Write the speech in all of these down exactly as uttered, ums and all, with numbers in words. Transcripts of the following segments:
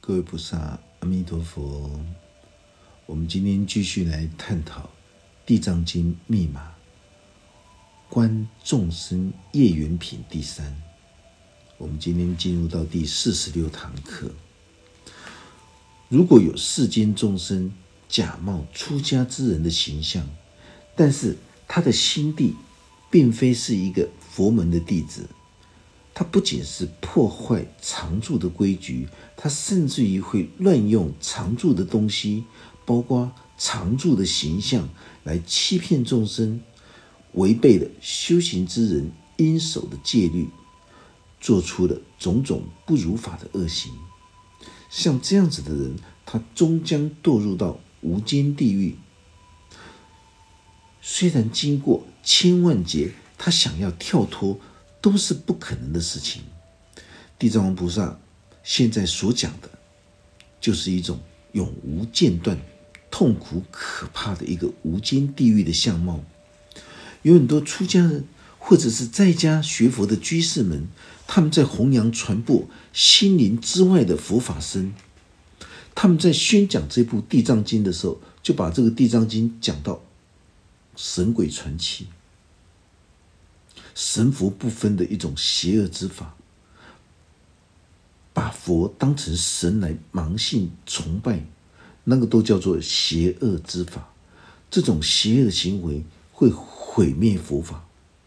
各位菩萨，阿弥陀佛。我们今天继续来探讨《地藏经》密码观众生业缘品第三。我们今天进入到第四十六堂课。如果有世间众生假冒出家之人的形象，但是他的心地并非是一个佛门的弟子，他不仅是破坏常住的规矩，他甚至于会乱用常住的东西，包括常住的形象来欺骗众生，违背了修行之人应守的戒律，做出了种种不如法的恶行。像这样子的人，他终将堕入到无间地狱。虽然经过千万劫，他想要跳脱都是不可能的事情。地藏王菩萨现在所讲的就是一种永无间断、痛苦可怕的一个无间地狱的相貌。有很多出家人或者是在家学佛的居士们，他们在弘扬传播心灵之外的佛法僧，他们在宣讲这部地藏经的时候，就把这个地藏经讲到神鬼传奇、神佛不分的一种邪恶之法，把佛当成神来盲信崇拜，那个都叫做邪恶之法。这种邪恶行为会毁灭佛法。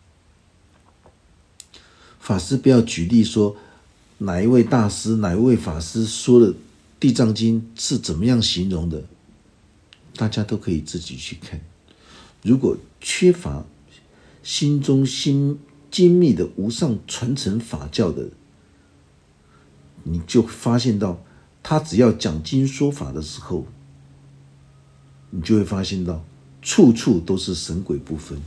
法师不要举例说哪一位大师哪一位法师说了地藏经是怎么样形容的，大家都可以自己去看。如果缺乏心中心精密的无上传承法教的，你就发现到他只要讲经说法的时候，你就会发现到处处都是神鬼不分。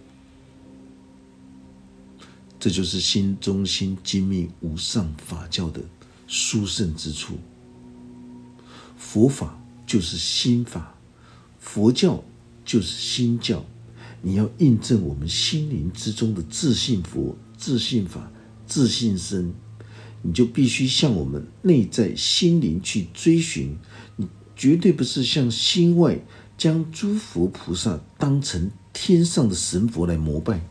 这就是心中心精密无上法教的殊胜之处。佛法就是心法，佛教就是心教。你要印证我们心灵之中的自信佛、自信法、自信身，你就必须向我们内在心灵去追寻。你绝对不是向心外将诸佛菩萨当成天上的神佛来膜拜。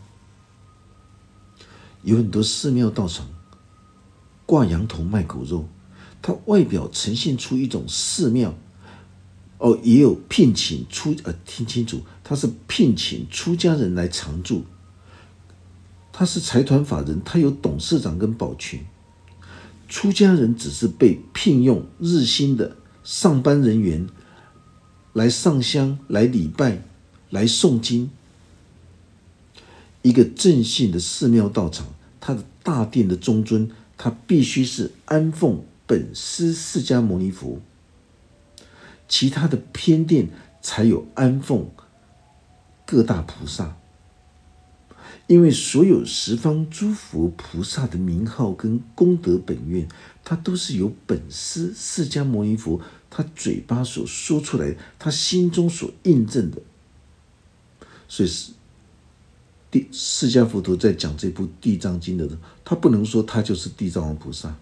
有很多寺庙道场挂羊头卖狗肉，它外表呈现出一种寺庙哦，也有聘请出呃，听清楚，他是聘请出家人来常住，他是财团法人，他有董事长跟保全，出家人只是被聘用日薪的上班人员来上香、来礼拜、来诵经。一个正信的寺庙道场，它的大殿的中尊，它必须是安奉本师释迦牟尼佛，其他的偏殿才有安奉各大菩萨。因为所有十方诸佛菩萨的名号跟功德本愿，它都是由本师释迦牟尼佛他嘴巴所说出来，他心中所印证的。所以释迦佛陀在讲这部地藏经的时候，他不能说他就是地藏王菩萨，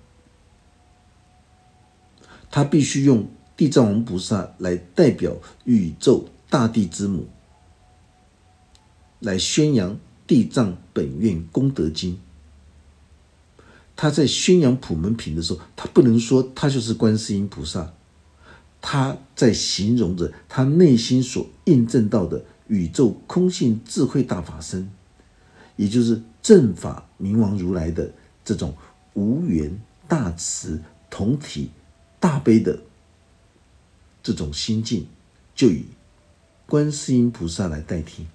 他必须用地藏王菩萨来代表宇宙大地之母，来宣扬地藏本愿功德经。他在宣扬普门品的时候，他不能说他就是观世音菩萨，他在形容着他内心所印证到的宇宙空性智慧大法身，也就是正法明王如来的这种无缘大慈同体大悲的这种心境，就以观世音菩萨来代替。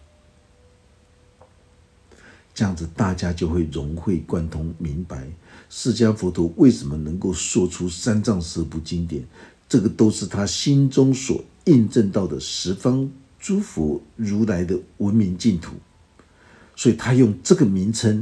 这样子大家就会融会贯通，明白释迦佛陀为什么能够说出三藏十二部经典，这个都是他心中所印证到的十方诸佛如来的文明净土。所以他用这个名称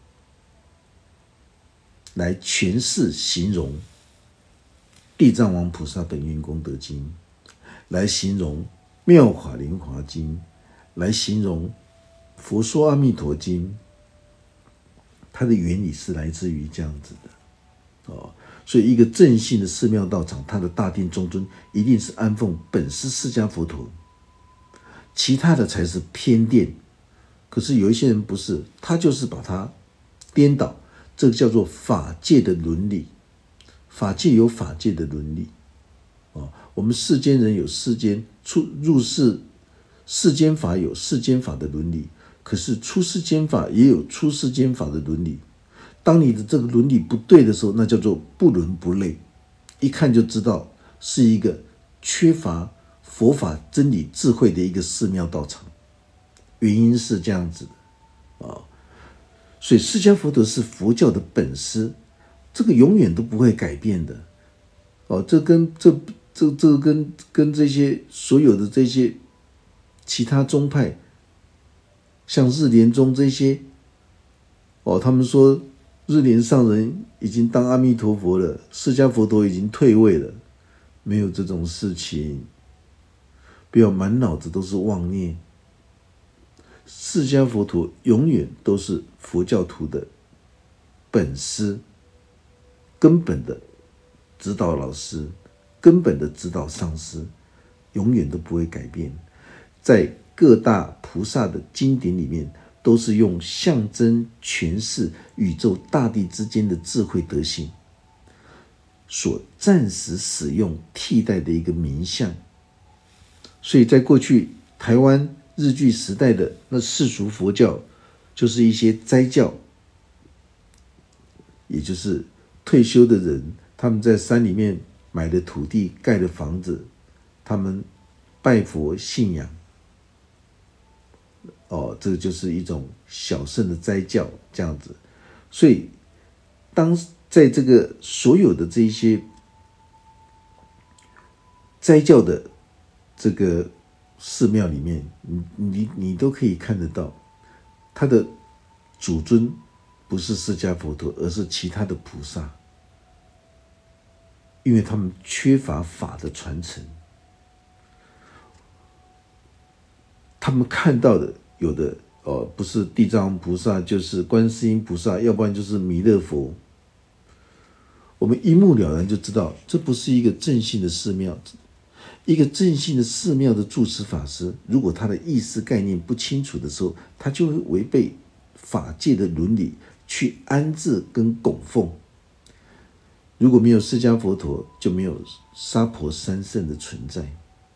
来诠释形容地藏王菩萨本愿功德经，来形容妙法莲华经，来形容佛说阿弥陀经。它的原理是来自于这样子的哦， 所以一个正信的寺庙道场，它的大殿中尊一定是安奉本师释迦佛陀，其他的才是偏殿。可是有一些人不是，他就是把它颠倒，这个叫做法界的伦理。法界有法界的伦理，哦，我们世间人有世间出入世世间法有世间法的伦理，可是出世间法也有出世间法的伦理。当你的这个伦理不对的时候，那叫做不伦不类，一看就知道是一个缺乏佛法真理智慧的一个寺庙道场。原因是这样子的啊，所以释迦佛陀是佛教的本师，这个永远都不会改变的。哦，这跟这这这跟跟这些所有的这些其他宗派，像日莲宗这些，哦，他们说日莲上人已经当阿弥陀佛了，释迦佛陀已经退位了，没有这种事情。不要满脑子都是妄念。释迦佛陀永远都是佛教徒的本师，根本的指导老师，根本的指导上师，永远都不会改变。在各大菩萨的经典里面，都是用象征诠释宇宙大地之间的智慧德性所暂时使用替代的一个名相。所以在过去台湾日据时代的那世俗佛教，就是一些斋教，也就是退休的人，他们在山里面买的土地盖的房子，他们拜佛信仰，哦，这个就是一种小乘的斋教这样子。所以当在这个所有的这一些斋教的这个寺庙里面，你你你都可以看得到，他的主尊不是释迦佛陀，而是其他的菩萨，因为他们缺乏法的传承。他们看到的有的哦，不是地藏王菩萨，就是观世音菩萨，要不然就是弥勒佛。我们一目了然就知道，这不是一个正信的寺庙。一个正信的寺庙的住持法师，如果他的意识概念不清楚的时候，他就会违背法界的伦理去安置跟供奉。如果没有释迦佛陀，就没有娑婆三圣的存在。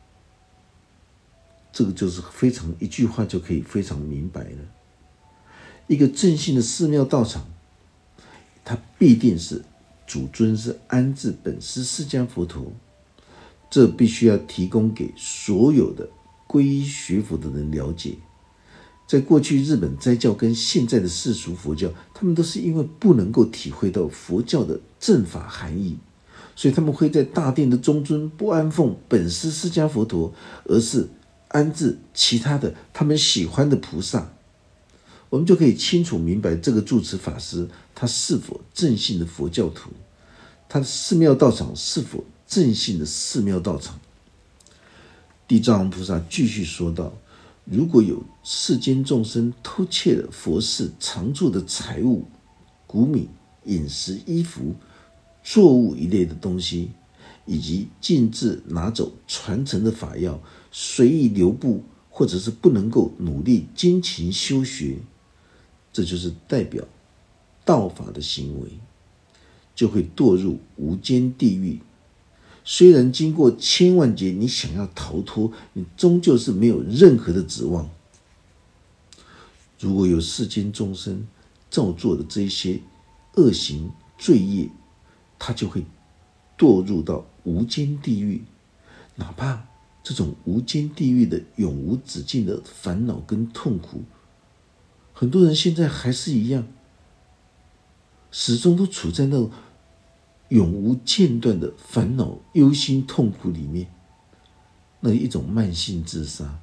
这个就是非常一句话就可以非常明白了。一个正信的寺庙道场，它必定是主尊是安置本师释迦佛陀，这必须要提供给所有的皈依学佛的人了解。在过去日本斋教跟现在的世俗佛教，他们都是因为不能够体会到佛教的正法含义，所以他们会在大殿的中尊不安奉本师释迦佛陀，而是安置其他的他们喜欢的菩萨。我们就可以清楚明白这个住持法师他是否正信的佛教徒，他的寺庙道场是否正信的寺庙道场。地藏王菩萨继续说道，如果有世间众生偷窃了佛寺常住的财物、谷米、饮食、衣服、作物一类的东西，以及禁止拿走传承的法要，随意留步，或者是不能够努力精勤修学，这就是代表道法的行为，就会堕入无间地狱。虽然经过千万劫，你想要逃脱，你终究是没有任何的指望。如果有世间众生造作的这些恶行罪业，他就会堕入到无间地狱。哪怕这种无间地狱的永无止境的烦恼跟痛苦，很多人现在还是一样，始终都处在那种永无间断的烦恼、忧心、痛苦里面，那一种慢性自杀，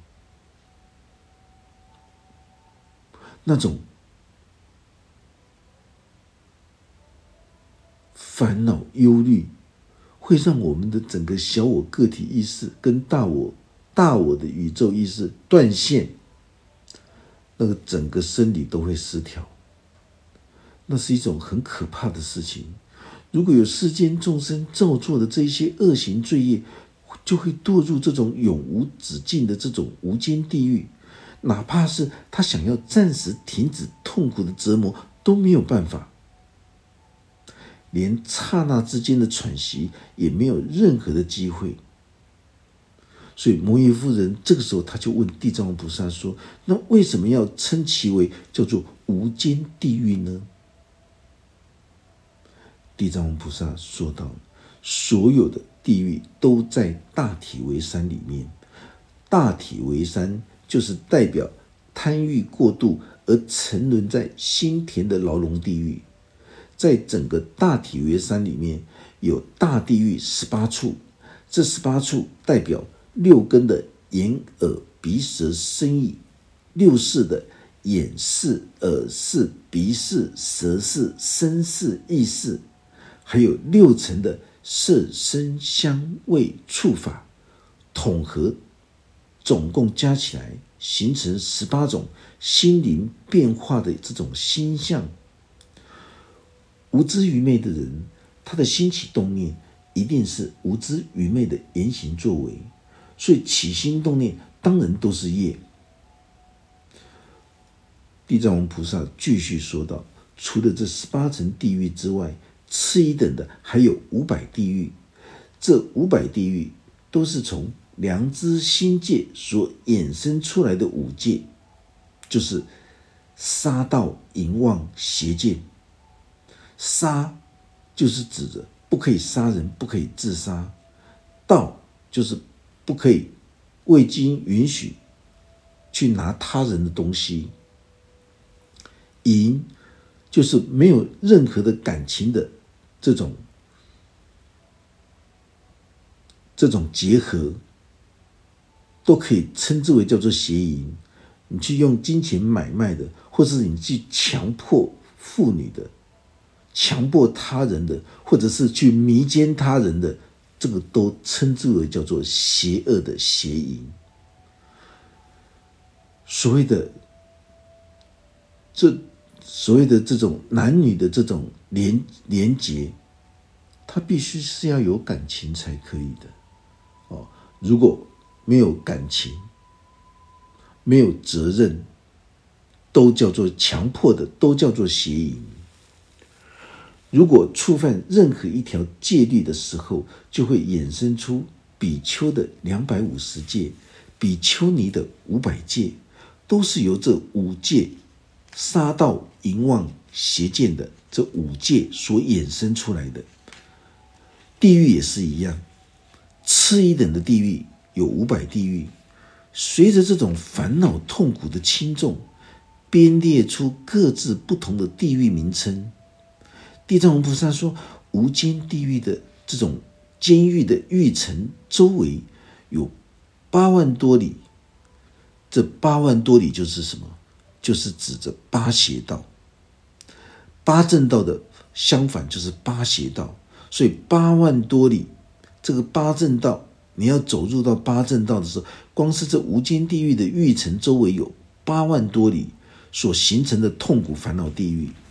那种烦恼、忧虑，会让我们的整个小我个体意识跟大我、大我的宇宙意识断线，那个整个生理都会失调，那是一种很可怕的事情。 如果有世间众生造作的这些恶行罪业，就会堕入这种永无止境的这种无间地狱，哪怕是他想要暂时停止痛苦的折磨都没有办法，连刹那之间的喘息也没有任何的机会。所以摩耶夫人这个时候他就问地藏王菩萨说，那为什么要称其为叫做无间地狱呢？地藏王菩萨说道，所有的地狱都在大体为山里面，大体为山就是代表贪欲过度而沉沦在心田的牢笼地狱。在整个大体为山里面有大地狱十八处，这十八处代表六根的眼耳鼻舌身意，六识的眼识耳识鼻识舌识身识意识，还有六层的色声香味触法，统合总共加起来形成十八种心灵变化的这种心象。无知愚昧的人，他的心起动念一定是无知愚昧的言行作为，所以起心动念当然都是业。地藏王菩萨继续说道，除了这十八层地狱之外，次一等的还有五百地狱，这五百地狱都是从良知心界所衍生出来的五戒，就是杀盗淫妄邪见。杀就是指着不可以杀人，不可以自杀；盗就是不可以未经允许去拿他人的东西；淫就是没有任何的感情的这种这种结合，都可以称之为叫做邪淫。你去用金钱买卖的，或是你去强迫妇女的，强迫他人的，或者是去迷奸他人的，这个都称之为叫做邪恶的邪淫。所谓的这所谓的这种男女的这种连连结，它必须是要有感情才可以的哦。如果没有感情，没有责任，都叫做强迫的，都叫做邪淫。如果触犯任何一条戒律的时候，就会衍生出比丘的两百五十戒，比丘尼的五百戒，都是由这五戒杀盗淫妄邪见的这五戒所衍生出来的。地狱也是一样，次一等的地狱有五百地狱，随着这种烦恼痛苦的轻重，编列出各自不同的地狱名称。地藏王菩萨说，无间地狱的这种监狱的狱城周围有八万多里，这八万多里就是什么？就是指着八邪道。八正道的相反就是八邪道，所以八万多里，这个八正道，你要走入到八正道的时候，光是这无间地狱的狱城周围有八万多里所形成的痛苦烦恼地狱。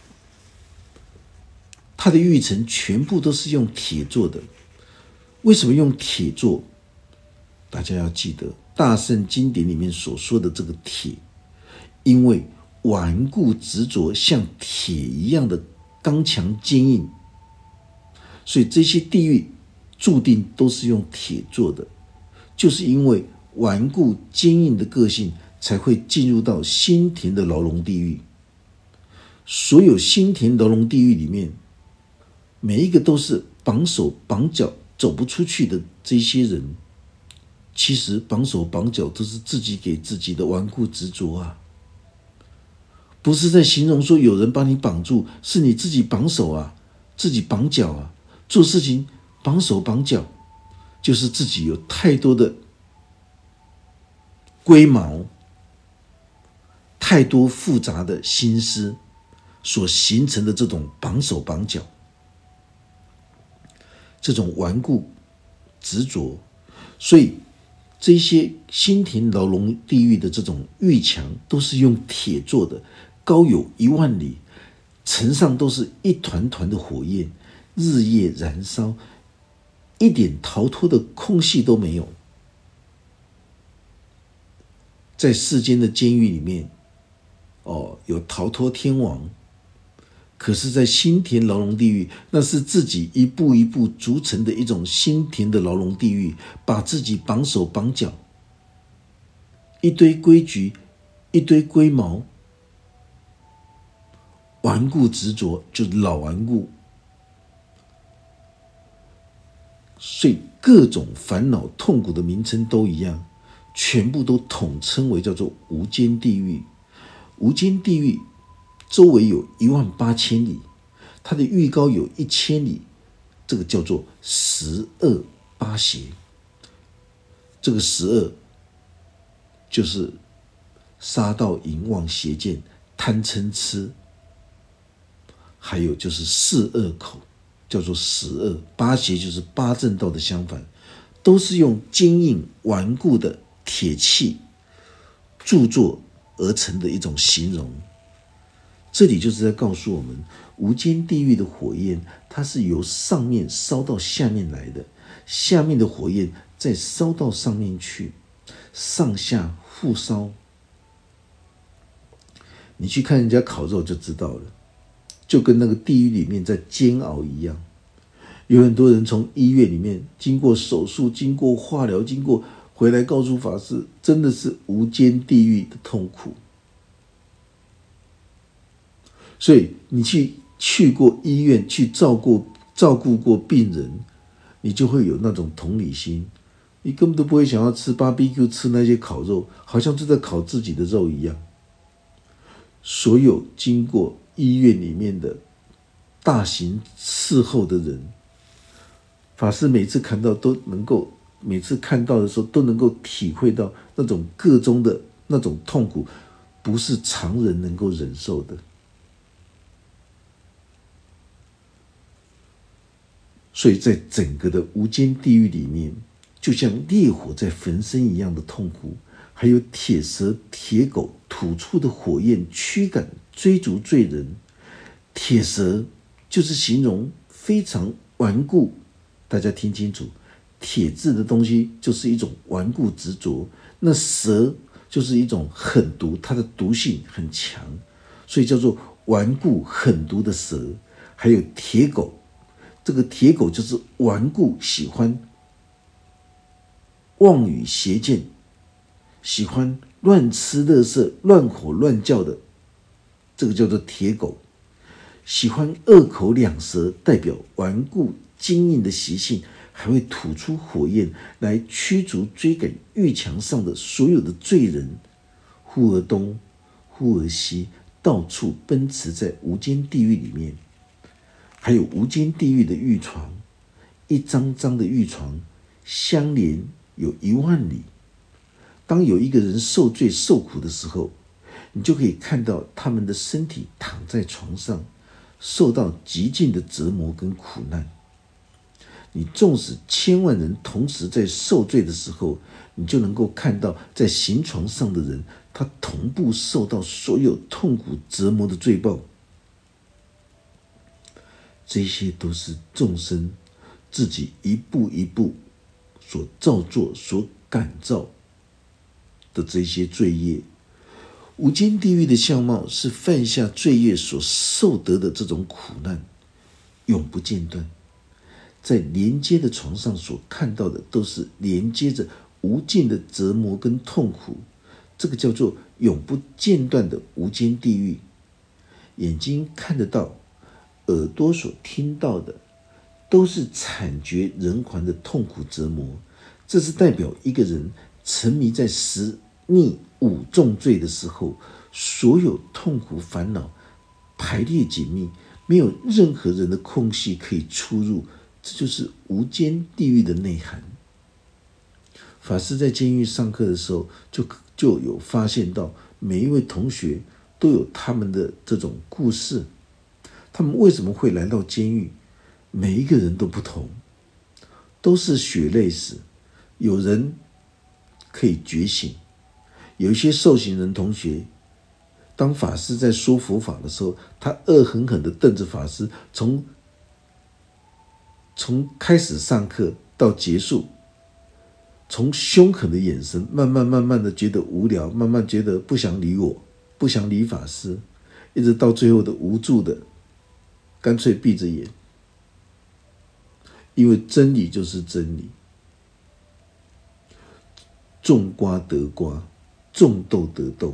它的狱城全部都是用铁做的。为什么用铁做？大家要记得大圣经典里面所说的这个铁，因为顽固执着像铁一样的刚强坚硬，所以这些地狱注定都是用铁做的。就是因为顽固坚硬的个性，才会进入到心田的牢笼地狱。所有心田牢笼地狱里面，每一个都是绑手绑脚走不出去的这些人，其实绑手绑脚都是自己给自己的顽固执着啊。不是在形容说有人把你绑住，是你自己绑手啊，自己绑脚啊。做事情绑手绑脚，就是自己有太多的龟毛，太多复杂的心思所形成的这种绑手绑脚，这种顽固执着。所以这些心田牢笼地狱的这种狱墙都是用铁做的，高有一万里，城上都是一团团的火焰， 日夜燃烧，一点逃脱的空隙都没有。在世间的监狱里面，哦，有逃脱天王，可是在心田牢笼地狱，那是自己一步一步筑成的一种心田的牢笼地狱，把自己绑手绑脚，一堆规矩，一堆龟毛，顽固执着，就是老顽固。所以各种烦恼痛苦的名称都一样，全部都统称为叫做无间地狱。无间地狱周围有一万八千里，它的狱高有一千里，这个叫做十恶八邪。这个十恶就是杀盗淫妄邪见贪嗔痴，还有就是四恶口，叫做十恶。八邪就是八正道的相反，都是用坚硬顽固的铁器铸作而成的一种形容。这里就是在告诉我们，无间地狱的火焰，它是由上面烧到下面来的，下面的火焰再烧到上面去，上下互烧。你去看人家烤肉就知道了，就跟那个地狱里面在煎熬一样。有很多人从医院里面经过手术，经过化疗，经过回来告诉法师，真的是无间地狱的痛苦。所以你去去过医院，去照顾照顾过病人，你就会有那种同理心，你根本都不会想要吃 B B Q， 吃那些烤肉，好像是在烤自己的肉一样。所有经过医院里面的大型伺候的人，法师每次看到都能够，每次看到的时候都能够体会到那种个中的那种痛苦，不是常人能够忍受的。所以在整个的无间地狱里面，就像烈火在焚身一样的痛苦，还有铁蛇铁狗吐出的火焰驱赶追逐罪人。铁蛇就是形容非常顽固，大家听清楚，铁质的东西就是一种顽固执着，那蛇就是一种狠毒，它的毒性很强，所以叫做顽固狠毒的蛇。还有铁狗，这个铁狗就是顽固，喜欢妄语邪见，喜欢乱吃垃圾、乱吼乱叫的，这个叫做铁狗。喜欢恶口两舌，代表顽固坚硬的习性，还会吐出火焰来驱逐追赶狱墙上的所有的罪人，忽而东，忽而西，到处奔驰在无间地狱里面。还有无间地狱的狱床，一张张的狱床相连有一万里。当有一个人受罪受苦的时候，你就可以看到他们的身体躺在床上，受到极尽的折磨跟苦难。你纵使千万人同时在受罪的时候，你就能够看到在刑床上的人，他同步受到所有痛苦折磨的罪报。这些都是众生自己一步一步所造作、所感造的这些罪业。无间地狱的相貌是犯下罪业所受得的这种苦难，永不间断。在连接的床上所看到的，都是连接着无尽的折磨跟痛苦，这个叫做永不间断的无间地狱。眼睛看得到，耳朵所听到的，都是惨绝人寰的痛苦折磨。这是代表一个人沉迷在十逆五重罪的时候，所有痛苦烦恼排列紧密，没有任何人的空隙可以出入，这就是无间地狱的内涵。法师在监狱上课的时候，就就有发现到每一位同学都有他们的这种故事。他们为什么会来到监狱？每一个人都不同，都是血泪史。有人可以觉醒，有一些受刑人同学，当法师在说佛法的时候，他恶狠狠地瞪着法师，从从开始上课到结束，从凶狠的眼神慢慢慢慢的觉得无聊，慢慢觉得不想理我，不想理法师，一直到最后的无助的干脆闭着眼，因为真理就是真理，种瓜得瓜，种豆得豆。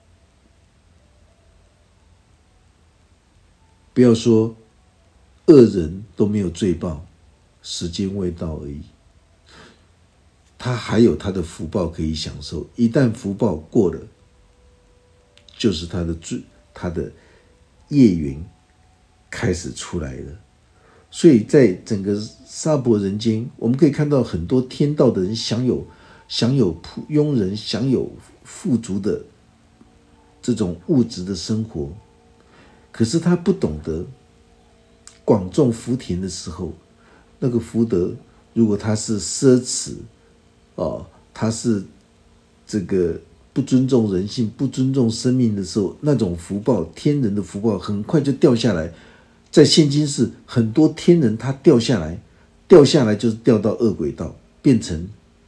不要说恶人都没有罪报，时间未到而已，他还有他的福报可以享受，一旦福报过了，就是他的罪，他的业缘开始出来了。所以在整个娑婆人间，我们可以看到很多天道的人享有享有庸人享有富足的这种物质的生活，可是他不懂得广种福田的时候，那个福德如果他是奢侈哦，他是这个不尊重人性不尊重生命的时候，那种福报天人的福报很快就掉下来。在现今世很多天人他掉下来掉下来就是掉到恶鬼道，变成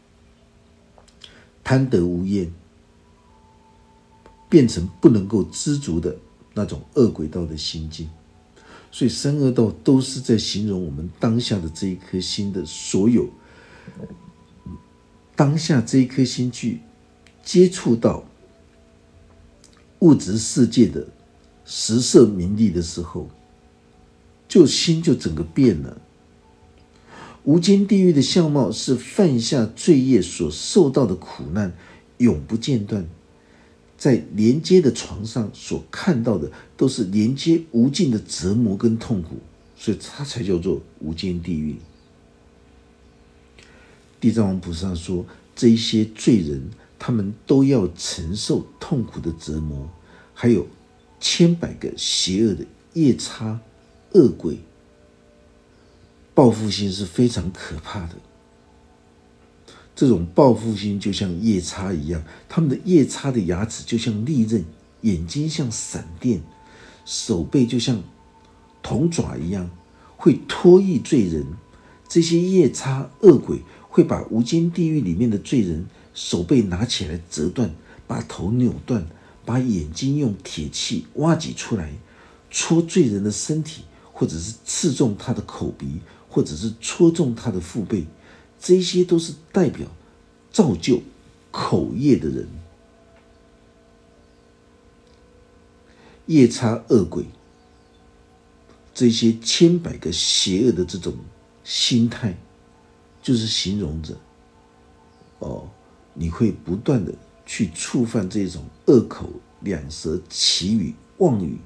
贪得无厌，变成不能够知足的那种恶鬼道的心境。所以三恶道都是在形容我们当下的这一颗心的所有，当下这一颗心去接触到物质世界的食色名利的时候，就心就整个变了。无间地狱的相貌是犯下罪业所受到的苦难永不间断，在连接的床上所看到的都是连接无尽的折磨跟痛苦，所以它才叫做无间地狱。地藏王菩萨说，这一些罪人他们都要承受痛苦的折磨，还有千百个邪恶的夜叉恶鬼。报复心是非常可怕的，这种报复心就像夜叉一样，他们的夜叉的牙齿就像利刃，眼睛像闪电，手背就像铜爪一样，会拖曳罪人。这些夜叉恶鬼会把无间地狱里面的罪人手背拿起来折断，把头扭断，把眼睛用铁器挖挤出来，戳罪人的身体，或者是刺中他的口鼻，或者是戳中他的腹背，这些都是代表造就口业的人。夜叉恶鬼，这些千百个邪恶的这种心态，就是形容着哦，你会不断的去触犯这种恶口、两舌、绮语、妄语。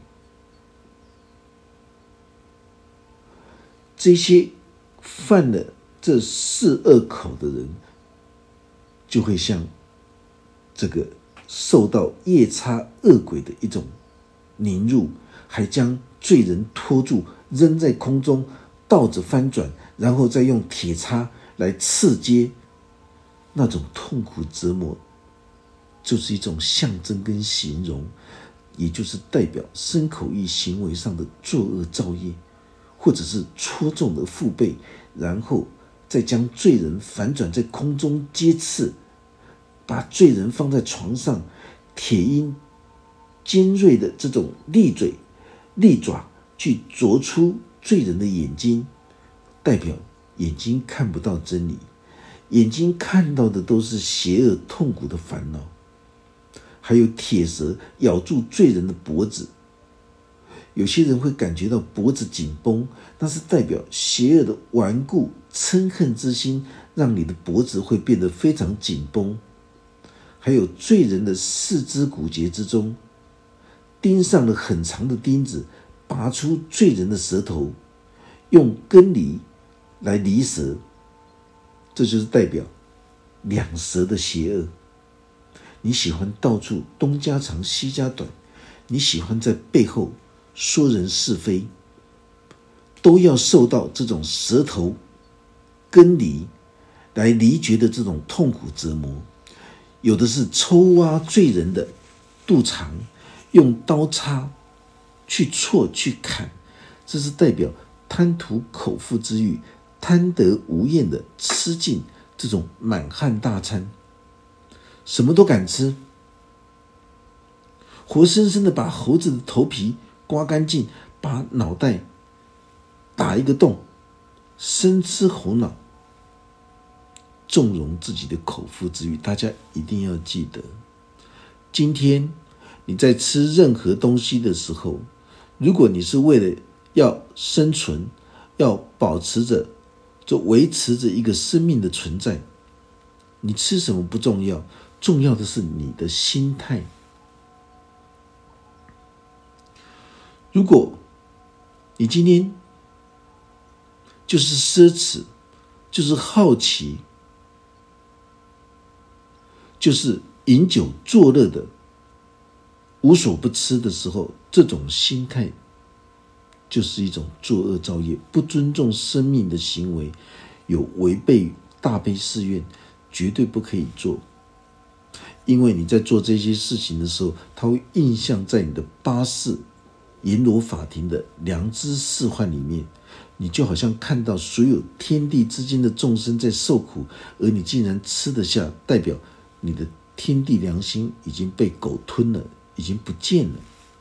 这些犯了这四恶口的人，就会像这个受到夜叉恶鬼的一种凝入，还将罪人拖住，扔在空中，倒着翻转，然后再用铁叉来刺接，那种痛苦折磨，就是一种象征跟形容，也就是代表身口意行为上的作恶造业，或者是戳中了腹背，然后再将罪人反转在空中接刺，把罪人放在床上，铁鹰尖锐的这种利嘴利爪去啄出罪人的眼睛，代表眼睛看不到真理，眼睛看到的都是邪恶痛苦的烦恼。还有铁舌咬住罪人的脖子，有些人会感觉到脖子紧绷，那是代表邪恶的顽固嗔恨之心，让你的脖子会变得非常紧绷。还有罪人的四肢骨节之中钉上了很长的钉子，拔出罪人的舌头，用根犁来犁舌，这就是代表两舌的邪恶。你喜欢到处东家长西家短，你喜欢在背后说人是非，都要受到这种舌头根犁来离绝的这种痛苦折磨。有的是抽挖罪人的肚肠，用刀叉去戳去砍，这是代表贪图口腹之欲， 贪得无厌的吃尽这种满汉大餐，什么都敢吃，活生生的把猴子的头皮刮干净，把脑袋打一个洞，生吃猴脑，纵容自己的口腹之欲。大家一定要记得，今天你在吃任何东西的时候，如果你是为了要生存，要保持着就维持着一个生命的存在，你吃什么不重要，重要的是你的心态。如果你今天就是奢侈，就是好奇，就是饮酒作乐的，无所不吃的时候，这种心态就是一种作恶造业、不尊重生命的行为，有违背大悲誓愿，绝对不可以做。因为你在做这些事情的时候，它会印象在你的八世阎罗法庭的良知示范里面，你就好像看到所有天地之间的众生在受苦，而你竟然吃得下，代表你的天地良心已经被狗吞了，已经不见了。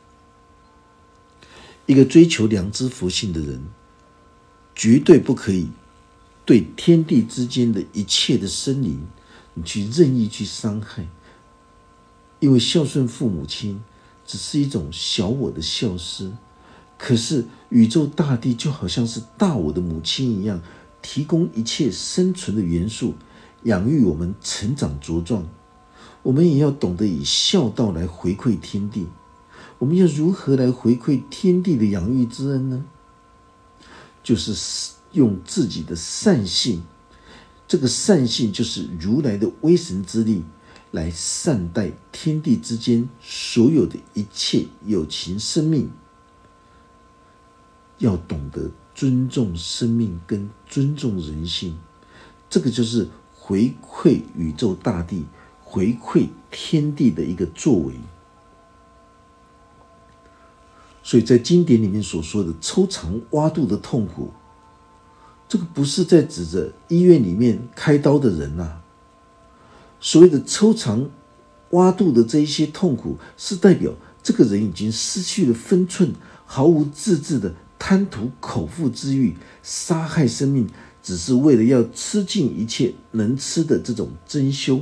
一个追求良知佛性的人，绝对不可以对天地之间的一切的生灵，你去任意去伤害。因为孝顺父母亲只是一种小我的孝思，可是宇宙大地就好像是大我的母亲一样，提供一切生存的元素，养育我们成长茁壮。我们也要懂得以孝道来回馈天地。我们要如何来回馈天地的养育之恩呢？就是用自己的善性，这个善性就是如来的威神之力，来善待天地之间所有的一切有情生命。要懂得尊重生命跟尊重人性，这个就是回馈宇宙大地、回馈天地的一个作为。所以在经典里面所说的抽肠挖肚的痛苦，这个不是在指着医院里面开刀的人啊。所谓的抽肠挖肚的这一些痛苦，是代表这个人已经失去了分寸，毫无自制的贪图口腹之欲，杀害生命，只是为了要吃尽一切能吃的这种珍馐。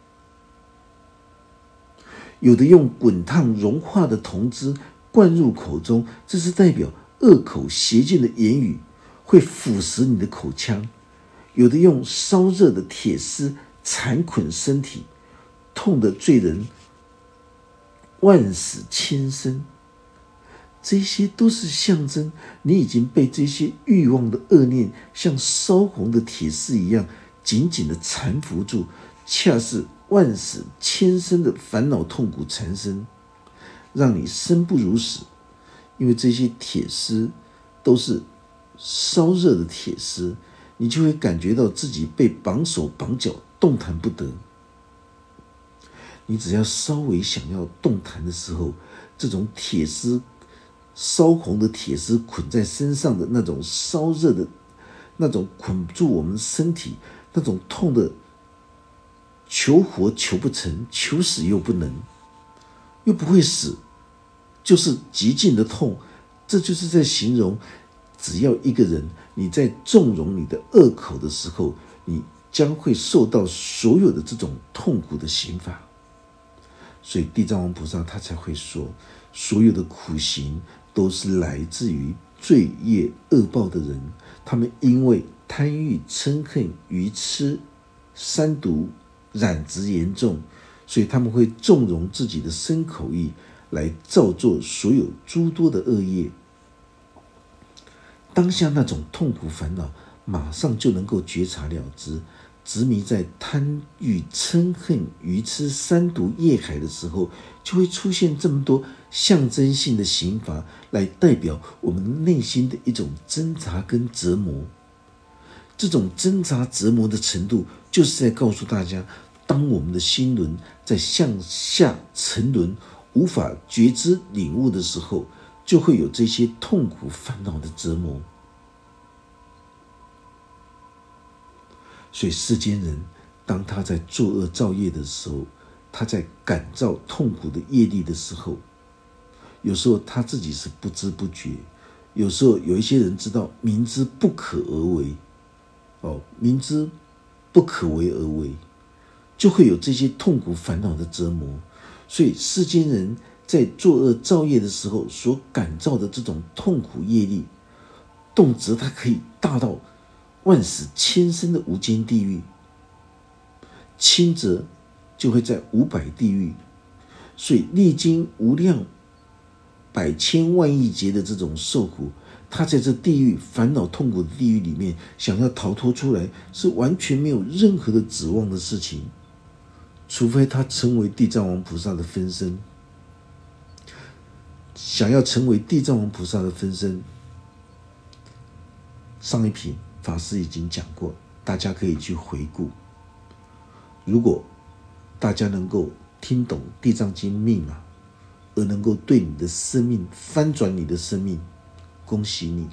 有的用滚烫融化的铜汁灌入口中，这是代表恶口邪见的言语会腐蚀你的口腔。有的用烧热的铁丝缠捆身体，痛得罪人万死千生。这些都是象征你已经被这些欲望的恶念像烧红的铁丝一样紧紧地缠缚住，恰是万死千生的烦恼痛苦缠身，让你生不如死。因为这些铁丝都是烧热的铁丝，你就会感觉到自己被绑手绑脚，动弹不得。你只要稍微想要动弹的时候，这种铁丝烧红的铁丝捆在身上的那种烧热的那种捆住我们身体，那种痛的求活求不成，求死又不能，又不会死，就是极尽的痛。这就是在形容，只要一个人你在纵容你的恶口的时候，你将会受到所有的这种痛苦的刑罚。所以地藏王菩萨他才会说，所有的苦行都是来自于罪业恶报的人，他们因为贪欲嗔恨愚痴三毒染执严重，所以他们会纵容自己的身口意来造作所有诸多的恶业。当下那种痛苦烦恼马上就能够觉察了知，执迷在贪欲嗔恨愚痴三毒业海的时候，就会出现这么多象征性的刑罚，来代表我们内心的一种挣扎跟折磨。这种挣扎折磨的程度，就是在告诉大家，当我们的心轮在向下沉沦，无法觉知领悟的时候，就会有这些痛苦烦恼的折磨。 所以世间人当他在作恶造业的时候，他在感召痛苦的业力的时候，有时候他自己是不知不觉，有时候有一些人知道明知不可而为，哦，明知不可为而为，就会有这些痛苦烦恼的折磨。所以世间人在作恶造业的时候所感召的这种痛苦业力，动辄它可以大到万死千生的无间地狱，轻则就会在五百地狱。所以历经无量百千万亿劫的这种受苦，他在这地狱烦恼痛苦的地狱里面，想要逃脱出来是完全没有任何的指望的事情，除非他成为地藏王菩萨的分身。想要成为地藏王菩萨的分身，上一品法师已经讲过，大家可以去回顾。如果大家能够听懂地藏经密码，而能够对你的生命翻转你的生命，恭喜你。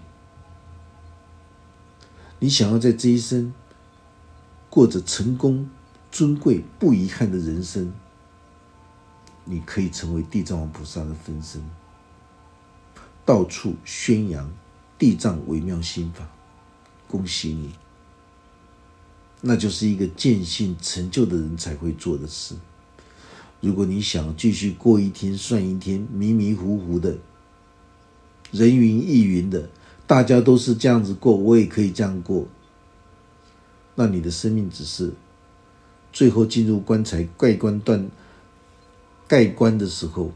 你想要在这一生过着成功、尊贵、不遗憾的人生，你可以成为地藏王菩萨的分身，到处宣扬地藏微妙心法，恭喜你。那就是一个见性成就的人才会做的事。如果你想继续过一天算一天，迷迷糊糊的，人云亦云的，大家都是这样子过，我也可以这样过，那你的生命只是最后进入棺材盖棺断盖棺的时候，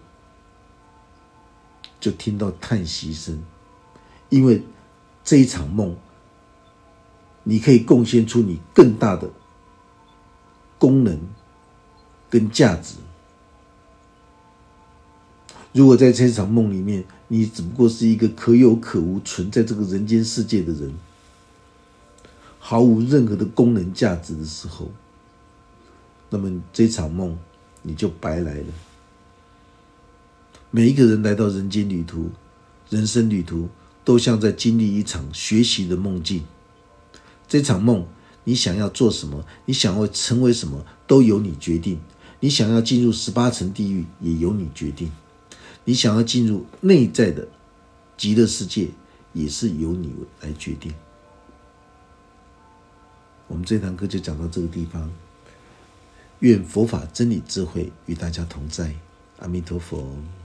就听到叹息声。因为这一场梦，你可以贡献出你更大的功能跟价值。如果在这场梦里面，你只不过是一个可有可无存在这个人间世界的人，毫无任何的功能价值的时候，那么这场梦你就白来了。每一个人来到人间旅途，人生旅途，都像在经历一场学习的梦境。这场梦，你想要做什么，你想要成为什么，都由你决定。你想要进入十八层地狱，也由你决定。你想要进入内在的极乐世界，也是由你来决定。我们这堂课就讲到这个地方，愿佛法真理智慧与大家同在，阿弥陀佛。